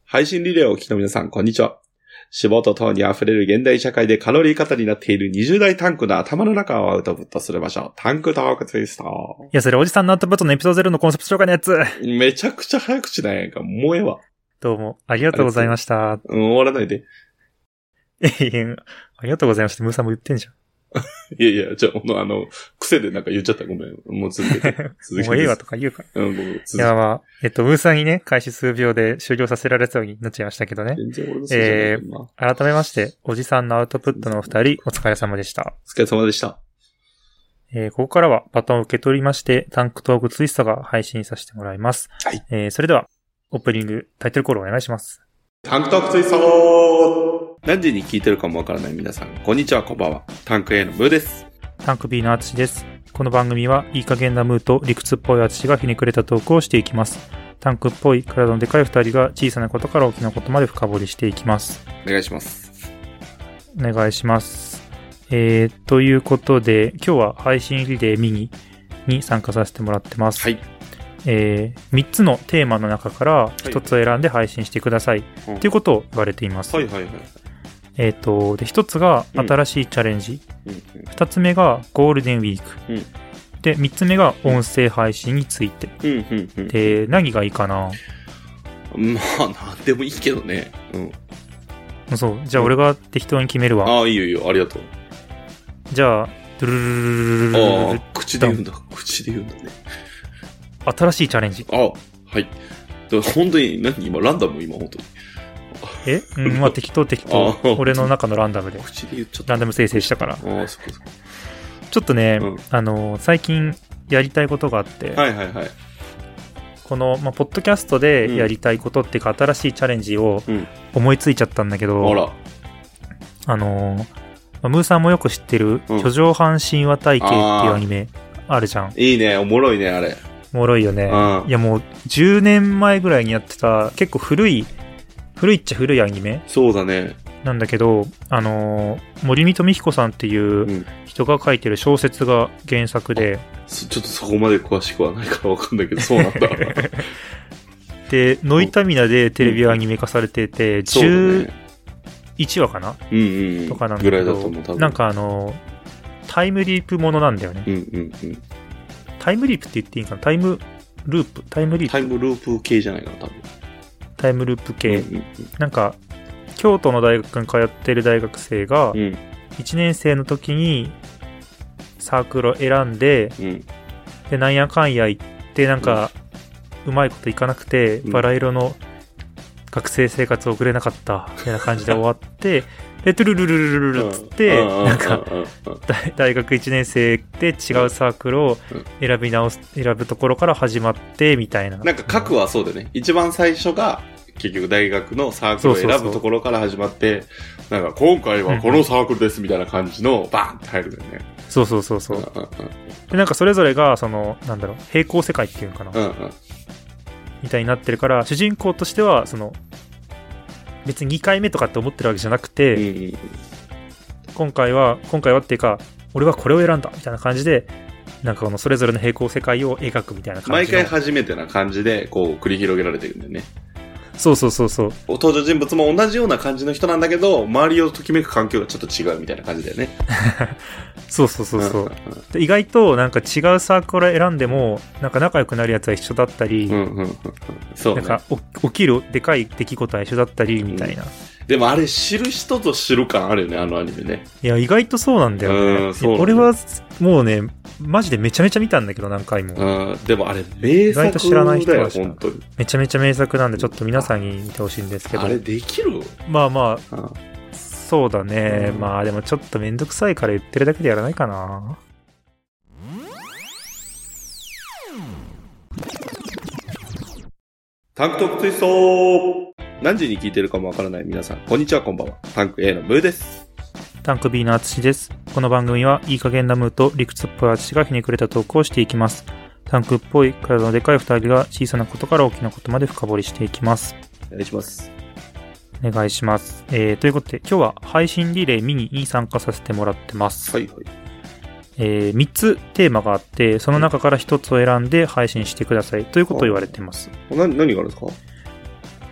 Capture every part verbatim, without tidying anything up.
配信リレーをお聞きの皆さん、こんにちは。脂肪と糖に溢れる現代社会でカロリー過多になっているにじゅう代タンクの頭の中をアウトプットする場所、タンクトークツイスト。 いや、それおじさんのアウトプットのエピソードゼロのコンセプト紹介のやつ。 めちゃくちゃ早口なんやんか。もうええわ。 どうも、ありがとうございました。 うん、終わらないで。 ええ、ありがとうございました。ムーさんも言ってんじゃん。 いやいや、じゃあ、あの、癖でなんか言っちゃった。ごめん。もう続けて。続けて。 もうええわとか言うから。 うん、僕、続けて。 いや、まあ、えっと、ムーさんにね、開始数秒で終了させられそうになっちゃいましたけどね。 全然俺のせいじゃないけどな。 えー、改めまして、おじさんのアウトプットのお二人、お疲れ様でした。 お疲れ様でした。 えー、ここからはバトンを受け取りまして、タンクトークツイストが配信させてもらいます。 はい。 えー、それでは、オープニング、タイトルコールお願いします。 タンクトークツイスト何時に聞いてるかもわからない皆さん、こんにちは、こんばんは。タンク A のムーです。 タンク B のアツシです。この番組はいい加減なムーと理屈っぽいアツシがひねくれたトークをしていきます。タンクっぽい体のでかい二人が小さなことから大きなことまで深掘りしていきます。 お願いします。 お願いします。えー、ということで、今日は配信リレーミニに参加させてもらってます。 はい。 えー、みっつのテーマの中からひとつを選んで配信してください。と、はい、いうことを言われています。 はいはいはい。 えっと、で、ひとつが新しいチャレンジ。ふ、うん、たつめがゴールデンウィーク。うん、で、みっつめが音声配信について。うんうんうん、で、何がいいかな？ まあ、なんでもいいけどね。 うん。そう。じゃあ、俺が適当に決めるわ。 ああ、いいよいいよ。ありがとう。 じゃあ、ドゥルルルルルルルああ、口で言うんだ。口で言うんだね。 新しいチャレンジ。 ああ、はい。本当に、何今、ランダム今、本当に。 えうん、まあ適当適当。俺の中のランダムで。 口で言っちゃった。 ランダム生成したから。ああ、そっかそっか。 ちょっとね、 うん、 あの、最近やりたいことがあって。 はいはいはい。 この、まあ、ポッドキャストでやりたいことっていうか、うん、新しいチャレンジを思いついちゃったんだけど、 うん、あら。 あの、ムーさんもよく知ってる、うん、巨上半神話体系っていうアニメあるじゃん。 いいね、おもろいね、あれ。 おもろいよね。うん、いやもうじゅうねんまえぐらいにやってた結構古い古いっちゃ古いアニメそうだねなんだけど、あのー、森見富彦さんっていう人が書いてる小説が原作で、うん、 ちょっとそこまで詳しくはないから分かんないけどそうなんだでノイタミナでテレビアニメ化されてて、うん、じゅういちわかな、 うんうんうん、 とかなんだけど、 ぐらいだと思う多分なんかあのー、タイムリープものなんだよね、 うんうんうん、 タイムリープって言っていいかな、タイムループタイムリープタイムループ系じゃないかな多分タイムループ系、 うんうんうん、なんか京都の大学に通ってる大学生がいちねん生の時にサークルを選んで、うん、でなんやかんや行ってなんかうまいこといかなくて、うん、バラ色の学生生活を送れなかったみたいな感じで終わってでトゥルルルルルルルっつってなんか大学いちねん生で違うサークルを選び直す選ぶところから始まってみたいな。 なんか核はそうだね。一番最初が結局大学のサークルを選ぶところから始まって、なんか今回はこのサークルですみたいな感じのバーンって入るんだよね。 そうそうそうそう。でなんかそれぞれがそのなんだろう平行世界っていうのかな、うんうん、みたいになってるから主人公としてはその別ににかいめとかって思ってるわけじゃなくて、うんうん、今回は今回はっていうか俺はこれを選んだみたいな感じでなんかこのそれぞれの平行世界を描くみたいな感じ毎回初めてな感じでこう繰り広げられてるんだよね。 そうそうそうそう。 登場人物も同じような感じの人なんだけど周りをときめく環境がちょっと違うみたいな感じだよね。 そうそうそうそう、うんうんうん、で意外となんか違うサークルを選んでもなんか仲良くなるやつは一緒だったり、うんうんうん、そうね、なんか起きるでかい出来事は一緒だったりみたいな、うん、 でもあれ知る人ぞ知る感あるよねあのアニメね。 いや意外とそうなんだよね。うんそうなんだよ。俺はもうねマジでめちゃめちゃ見たんだけど何回も。 うん、でもあれ名作だよ。意外と知らない人は本当にめちゃめちゃ名作なんでちょっと皆さんに見てほしいんですけど。 あれできる？ まあまあ、うん、そうだね、うん、まあでもちょっとめんどくさいから言ってるだけでやらないかな。 タンクトークツイスト何時に聞いてるかもわからない皆さんこんにちはこんばんは。タンク A のムーです。 タンク B のアツシです。この番組はいい加減なムーと理屈っぽいアツシがひねくれたトークをしていきます。タンクっぽい体のでかい二人が小さなことから大きなことまで深掘りしていきます。 お願いします。 お願いします。えー、ということで今日は配信リレーミニに参加させてもらってます。 はいはい。 えー、みっつテーマがあってその中からひとつを選んで配信してくださいということを言われています。 な何があるんですか？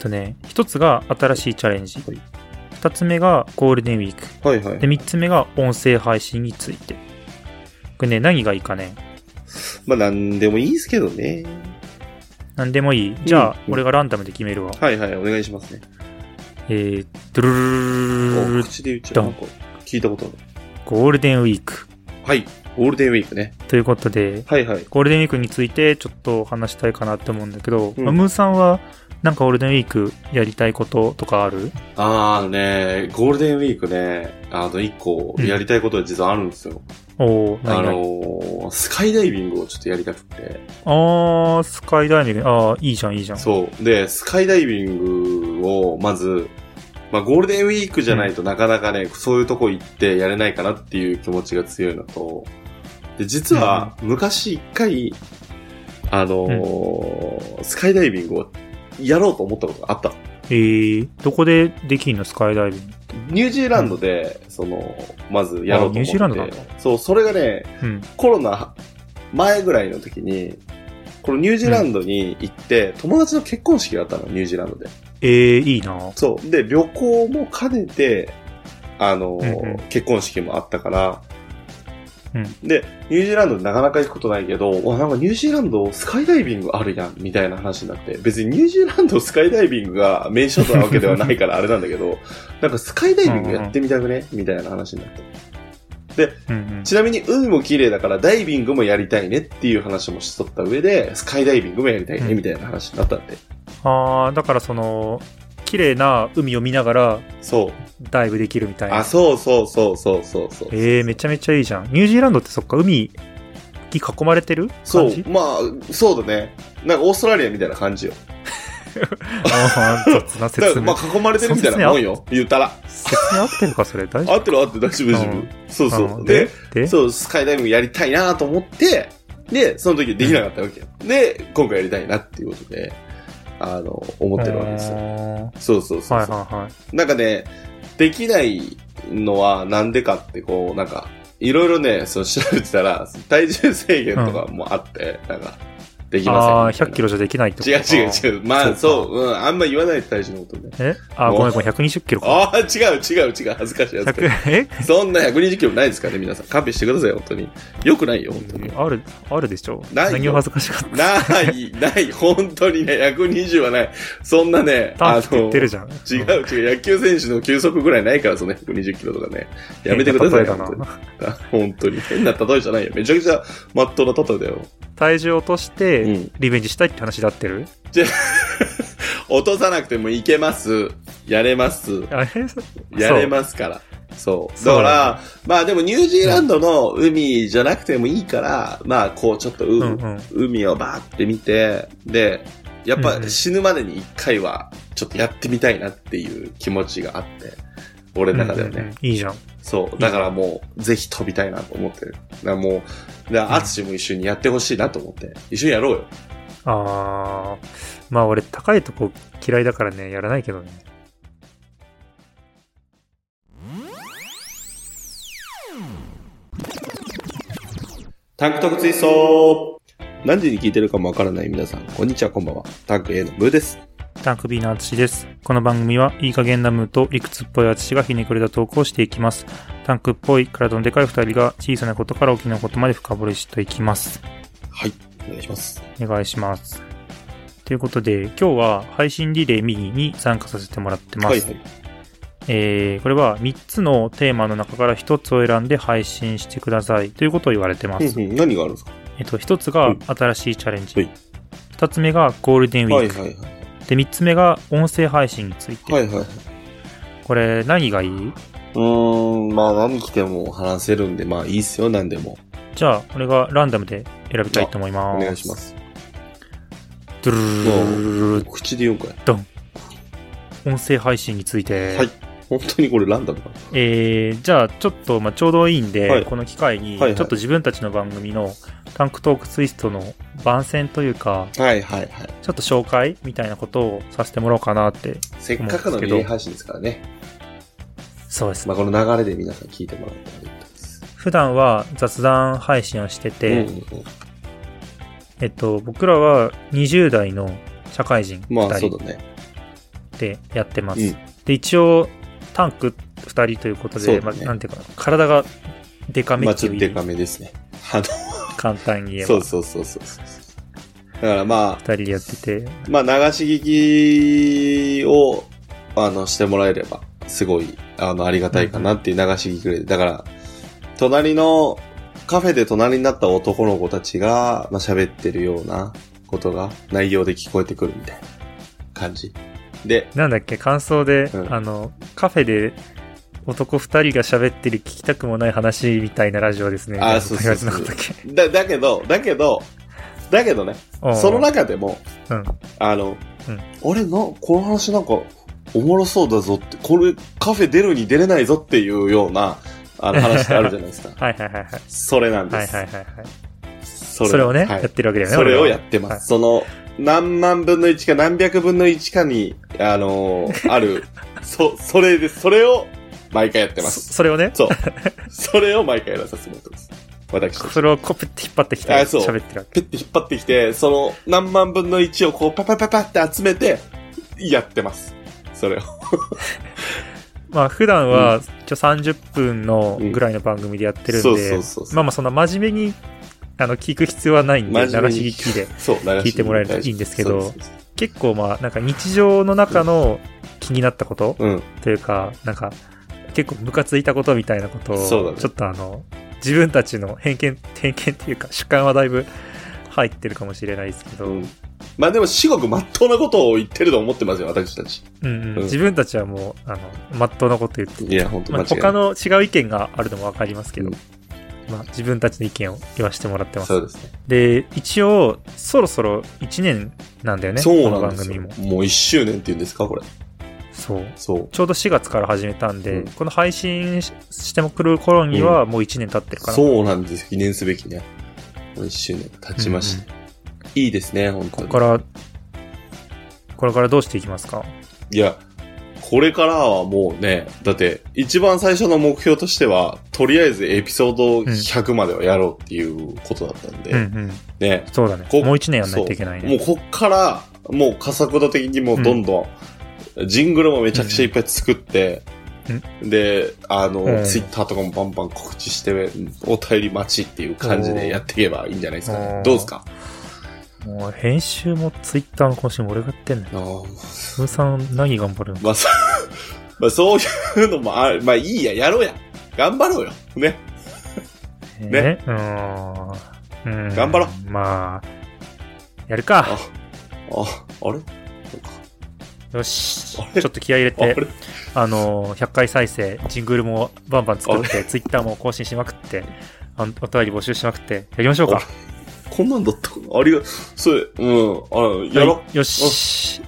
とね、一つが新しいチャレンジ。はい、二つ目がゴールデンウィーク。 はいはい。 で、三つ目が音声配信について。これね、何がいいかね。 まあ、なんでもいいですけどね。 なんでもいい。じゃあ、うん、俺がランダムで決めるわ。 はいはい、お願いしますね。 えー、ドゥルルルルル口で言っちゃう。なんか聞いたことある。 ゴールデンウィーク。 はい。ゴールデンウィークね。 ということで、 はいはい。 ゴールデンウィークについてちょっと話したいかなって思うんだけど、うん、ムーさんはなんかゴールデンウィークやりたいこととかある？ あーね、ゴールデンウィークね、あの一個やりたいことが実はあるんですよ。 うん、おー、 あのー、スカイダイビングをちょっとやりたくて。 あー、スカイダイビング、あー、いいじゃんいいじゃん。 そう。で、スカイダイビングをまず、まあゴールデンウィークじゃないとなかなかね、うん、そういうとこ行ってやれないかなっていう気持ちが強いのと、で、実は昔一回、あのーうん、スカイダイビングをやろうと思ったことがあった。 えー、どこでできんのスカイダイビング？ ニュージーランドで、うん、その、まずやろうと思って。ニュージーランドだった？そう、それがね、うん、コロナ前ぐらいの時に、このニュージーランドに行って、うん、友達の結婚式があったの、ニュージーランドで。 えー、いいな。 そう。で、旅行も兼ねて、あのーうんうん、結婚式もあったから、うん、で、ニュージーランドでなかなか行くことないけど、わ、なんかニュージーランドスカイダイビングあるやん、みたいな話になって、別にニュージーランドスカイダイビングが名所なわけではないからあれなんだけど、なんかスカイダイビングやってみたくね、みたいな話になって。で、うんうん、ちなみに海も綺麗だからダイビングもやりたいねっていう話もしとった上で、スカイダイビングもやりたいね、みたいな話になったんで。 うん、あー、だからその、綺麗な海を見ながら、 そう。 ダイブできるみたいな。 あ、そうそうそうそうそうそう。 えー、めちゃめちゃいいじゃん。ニュージーランドってそっか、海に囲まれてる感じ？ そう。まあ、そうだね。なんかオーストラリアみたいな感じよ。 ああ、雑な説明。 まあ、囲まれてるみたいなもんよ。言ったら。 説明合ってるか、それ大丈夫？ 合ってる合ってる、大丈夫大丈夫。そうそう。で、でそう、スカイダイビングやりたいなと思って、で、その時できなかったわけよ。で、今回やりたいなっていうことで。あの、思ってるわけですよ。そうそうそうそう。はいはいはい。なんかね、できないのはなんでかってこう、なんか、いろいろね、そう調べてたら、体重制限とかもあって、うん、なんか、できません。ああ、ひゃっキロじゃできないってこと？ 違う違う違う。まあ、そう、そう、うん、あんま言わない体重のことね。 えあ、ごめんごめん、ひゃくにじゅっキロか。 ああ、違う違う違う、恥ずかしい恥ずかしい。えそんなひゃくにじゅっキロないですからね、皆さん。勘弁してください、本当に。よくないよ、本当に。 ある、あるでしょ。 ない。 何を恥ずかしかった。 ない、ない、本当にね、ひゃくにじゅうはない。そんなね、 あの、言ってるじゃん。 違う違う、野球選手の球速ぐらいないから、そのひゃくにじゅっキロとかね。やめてください、本当に。本当に。変な例えじゃないよ。めちゃくちゃまっとうな例えだよ。 体重落として、リベンジしたいって話で合ってる？ じゃ落とさなくてもいけます。やれます。やれますから。そう。だから、まあでもニュージーランドの海じゃなくてもいいから、うん、まあこうちょっと、うんうん、海をバーって見て、で、やっぱ死ぬまでに一回はちょっとやってみたいなっていう気持ちがあって、俺の中ではね。うんうんうん、 いいじゃん。 そう。だからもう、ぜひ飛びたいなと思ってる。だからもう、アツシも一緒にやってほしいなと思って、一緒にやろうよ。 あー、まあ俺高いとこ嫌いだからね、やらないけどね。 タンクトークツイスト。何時に聞いてるかもわからない皆さん、こんにちは、こんばんは。タンク A のムーです。 タンク B のアツシです。この番組はいい加減なムーと理屈っぽいアツシがひねくれたトークをしていきます。タンクっぽい体のでかい二人が小さなことから大きなことまで深掘りしていきます。 はい、お願いします。 お願いします。ということで、今日は配信リレーミニに参加させてもらってます。はいはい。えー、これはみっつのテーマの中からひとつを選んで配信してくださいということを言われてます。 うんうん、何があるんですか？ えっと、ひとつが新しいチャレンジ。はい。ふたつめがゴールデンウィーク。はいはいはい。で、みっつめが音声配信について。はいはいはい。これ、何がいい？うーん、まあ何来ても話せるんで、まあいいっすよ、何でも。 じゃあ、俺がランダムで選びたいと思います。 お願いします。 ドゥルルルル口で言うんかい。 ドン。音声配信について。 はい。本当にこれランダムかな。 えー、じゃあちょっと、まあ、ちょうどいいんで、はい、この機会に、ちょっと自分たちの番組のタンクトークツイストの番宣というか、 はいはいはい。 ちょっと紹介みたいなことをさせてもらおうかなって思うんですけど。 せっかくのリレー配信ですからね。 そうです。 まあ、この流れで皆さん聞いてもらったらいいです。 普段は雑談配信をしてて、うんうんうん、えっと、僕らはにじゅう代の社会人ふたり。 まあそうだね。 でやってます。 うん、 で、一応、タンクふたりということで、ね、まあ、なんていうか、体がデカめっていう。 まあ、ちょっとデカめですね。あの、 簡単に言えば。 そうそうそうそう。だからまあ、 ふたりでやってて。 まあ、流し聞きを、あの、してもらえれば、すごい、あの、ありがたいかなっていう流し聞きくらい。だから、隣の、カフェで隣になった男の子たちが、まあ、喋ってるようなことが内容で聞こえてくるみたいな感じ。で、 なんだっけ、感想で、 うん、 あの、カフェで男二人が喋ってる聞きたくもない話みたいなラジオですね。 あ、そうそうそう。だ、だけど、だけど、だけどね、その中でも、 うん、 あの、うん、俺な、この話なんか、おもろそうだぞって、これカフェ出るに出れないぞっていうような、あの話ってあるじゃないですか。 はいはいはいはい。 それなんです。 はいはいはいはい。それ、それをね、はい、やってるわけだよね。 それをやってます。はい、その、何万分のいちか何百分のいちかに、あのー、ある、そ、それです。それを毎回やってます。 そ, それをね。 そう。それを毎回やらさせてもらってます。私たち。 それをこうペッて引っ張ってきて、喋ってるわけ。ペッて引っ張ってきて、その何万分のいちをこうパパパパって集めて、やってます。それを。 まあ普段は一応さんじゅっぷんのぐらいの番組でやってるんで、まあまあそんな真面目にあの聞く必要はないんで、流し聞きで聞いてもらえるといいんですけど、結構まあなんか日常の中の気になったこと、うん、というか、なんか結構ムカついたことみたいなことを、ちょっとあの、自分たちの偏見、偏見っていうか主観はだいぶ入ってるかもしれないですけど、うん、 まあでも至極真っ当なことを言ってると思ってますよ、私たち。 うんうん。うん、自分たちはもう、あの、真っ当なこと言ってて。 いや、本当間違いない。 まあ、他の違う意見があるのもわかりますけど、うん、まあ自分たちの意見を言わせてもらってます。 そうですね。 で、一応、そろそろいちねんなんだよね。 そうなんですよ。 この番組も。 もういっしゅうねんって言うんですか、これ。 そう。 そう。 ちょうどしがつから始めたんで、うん、この配信しても来る頃にはもういちねん経ってるかな。 うん、そうなんです。記念すべきね。もういっしゅうねん経ちました。うんうん、いいですね、本当に。 ここから、これからどうしていきますか？ いや、これからはもうね、だって一番最初の目標としては、とりあえずエピソードひゃくまではやろうっていうことだったんで、 うんうん、 ね。 そうだね。もういちねんやんないといけないね。 もうこっから、もう加速度的にもうどんどん、うん、ジングルもめちゃくちゃいっぱい作って、うん、で、あの、うん、ツイッターとかもバンバン告知して、お便り待ちっていう感じでやっていけばいいんじゃないですかね。どうですか？ もう編集もツイッターの更新も俺がやってんのよ。スーさん何頑張るの？ まあ、そ、まあ、そういうのもある。まあいいや、やろうや。頑張ろうよ。ね。 えー、ね。うーん。 頑張ろう。 まあ、やるか。 あ、あ、あれよし。ちょっと気合い入れて、あ, あの、ひゃっかい再生、ジングルもバンバン作って、ツイッターも更新しまくって、あお便り募集しまくって、やりましょうか。 こんなんだったかなありが、それ、うん、あやろ、はい、よし。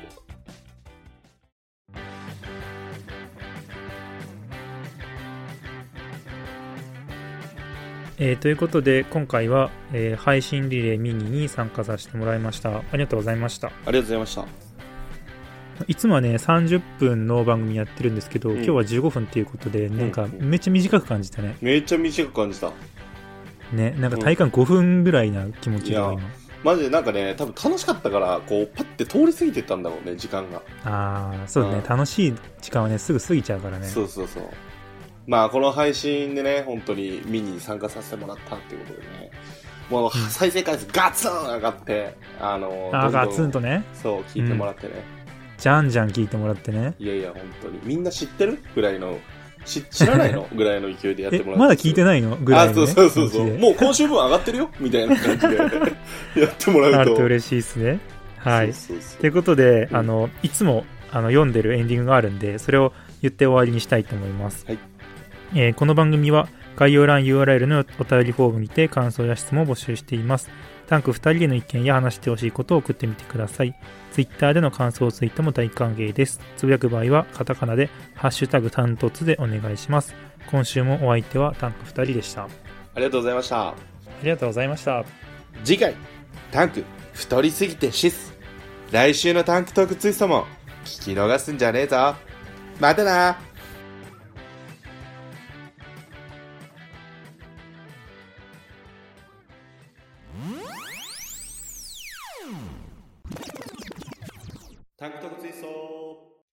えー、ということで、今回は、えー、配信リレーミニに参加させてもらいました。ありがとうございました。ありがとうございました。 いつもはね、さんじゅっぷんの番組やってるんですけど、うん、今日はじゅうごふんっていうことで、なんか、めっちゃ短く感じたね。 めっちゃ短く感じた。 ね、なんか体感ごふんぐらいな気持ちが今、うん、 マジでなんかね、多分楽しかったからこうパッて通り過ぎてったんだろうね、時間が。 ああ、そうね、うん、楽しい時間はねすぐ過ぎちゃうからね。 そうそうそう。まあこの配信でね、本当にミニに参加させてもらったっていうことでね、もう再生回数ガツン上がって、あのあガツンとね、 そう聞いてもらってね、うん、 じゃんじゃん聞いてもらってね。 いやいや本当にみんな知ってるぐらいの。知, 知らないのぐらいの勢いでやってもらってまだ聞いてないのぐらいの、ね、 あ、そうそうそうそうもう今週分上がってるよみたいな感じでやってもらうとあると嬉しいですね。はい。そうそうそうということで、うん、あのいつもあの読んでるエンディングがあるんで、それを言って終わりにしたいと思います。はい。えー、この番組は概要欄 ユーアールエル のお便りフォームにて感想や質問を募集しています。タンクふたりでの意見や話してほしいことを送ってみてください。ツイッターでの感想ツイートも大歓迎です。つぶやく場合はカタカナでハッシュタグタントツでお願いします。今週もお相手はタンクふたりでした。 ありがとうございました。 ありがとうございました。 次回、タンク太りすぎてシス。来週のタンクトークツイストも聞き逃すんじゃねえぞ。またな。